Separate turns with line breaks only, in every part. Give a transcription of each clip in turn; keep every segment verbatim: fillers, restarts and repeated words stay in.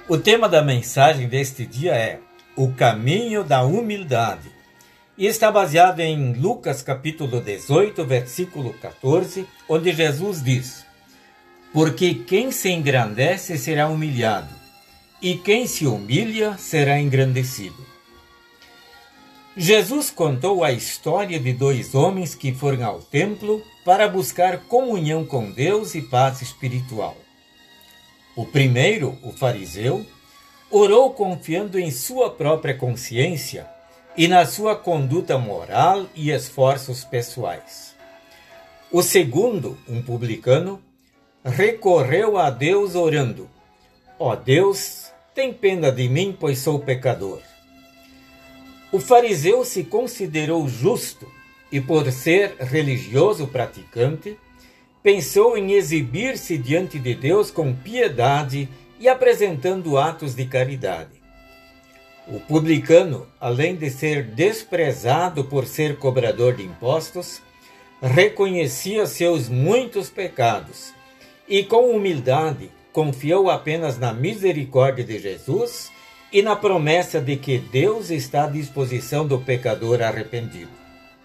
O tema da mensagem deste dia é o caminho da humildade e está baseado em Lucas capítulo dezoito, versículo quatorze, onde Jesus diz: porque quem se engrandece será humilhado, e quem se humilha será engrandecido. Jesus contou a história de dois homens que foram ao templo para buscar comunhão com Deus e paz espiritual. O primeiro, o fariseu, orou confiando em sua própria consciência e na sua conduta moral e esforços pessoais. O segundo, um publicano, recorreu a Deus orando: ó Deus, tem pena de mim, pois sou pecador. O fariseu se considerou justo e, por ser religioso praticante, pensou em exibir-se diante de Deus com piedade e apresentando atos de caridade. O publicano, além de ser desprezado por ser cobrador de impostos, reconhecia seus muitos pecados e, com humildade, confiou apenas na misericórdia de Jesus e na promessa de que Deus está à disposição do pecador arrependido.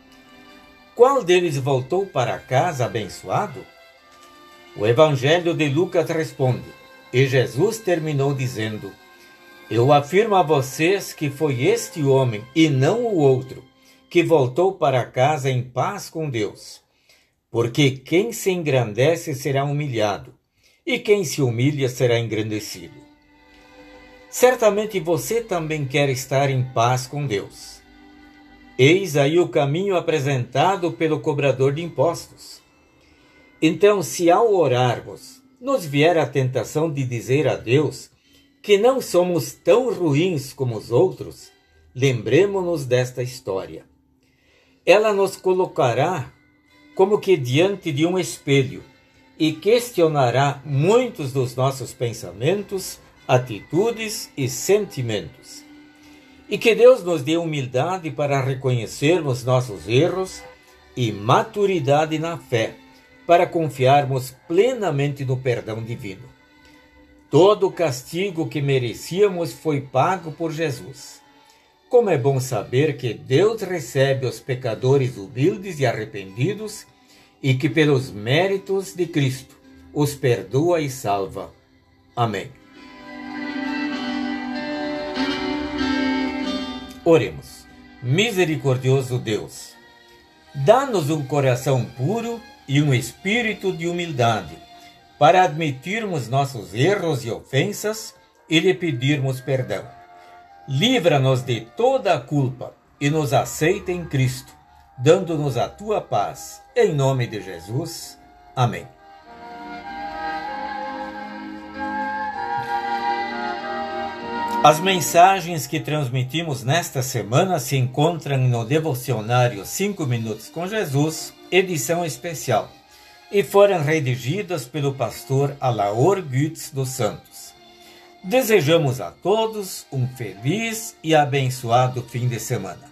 Qual deles voltou para casa abençoado? O Evangelho de Lucas responde, e Jesus terminou dizendo: eu afirmo a vocês que foi este homem, e não o outro, que voltou para casa em paz com Deus. Porque quem se engrandece será humilhado, e quem se humilha será engrandecido. Certamente você também quer estar em paz com Deus. Eis aí o caminho apresentado pelo cobrador de impostos. Então, se ao orarmos nos vier a tentação de dizer a Deus que não somos tão ruins como os outros, lembremo-nos desta história. Ela nos colocará como que diante de um espelho e questionará muitos dos nossos pensamentos, atitudes e sentimentos. E que Deus nos dê humildade para reconhecermos nossos erros e maturidade na fé, para confiarmos plenamente no perdão divino. Todo o castigo que merecíamos foi pago por Jesus. Como é bom saber que Deus recebe os pecadores humildes e arrependidos e que pelos méritos de Cristo os perdoa e salva. Amém. Oremos. Misericordioso Deus, dá-nos um coração puro e um espírito de humildade, para admitirmos nossos erros e ofensas e lhe pedirmos perdão. Livra-nos de toda a culpa e nos aceita em Cristo, dando-nos a tua paz. Em nome de Jesus. Amém. As mensagens que transmitimos nesta semana se encontram no devocionário cinco minutos com Jesus, edição especial, e foram redigidas pelo pastor Alaor Gütz dos Santos. Desejamos a todos um feliz e abençoado fim de semana.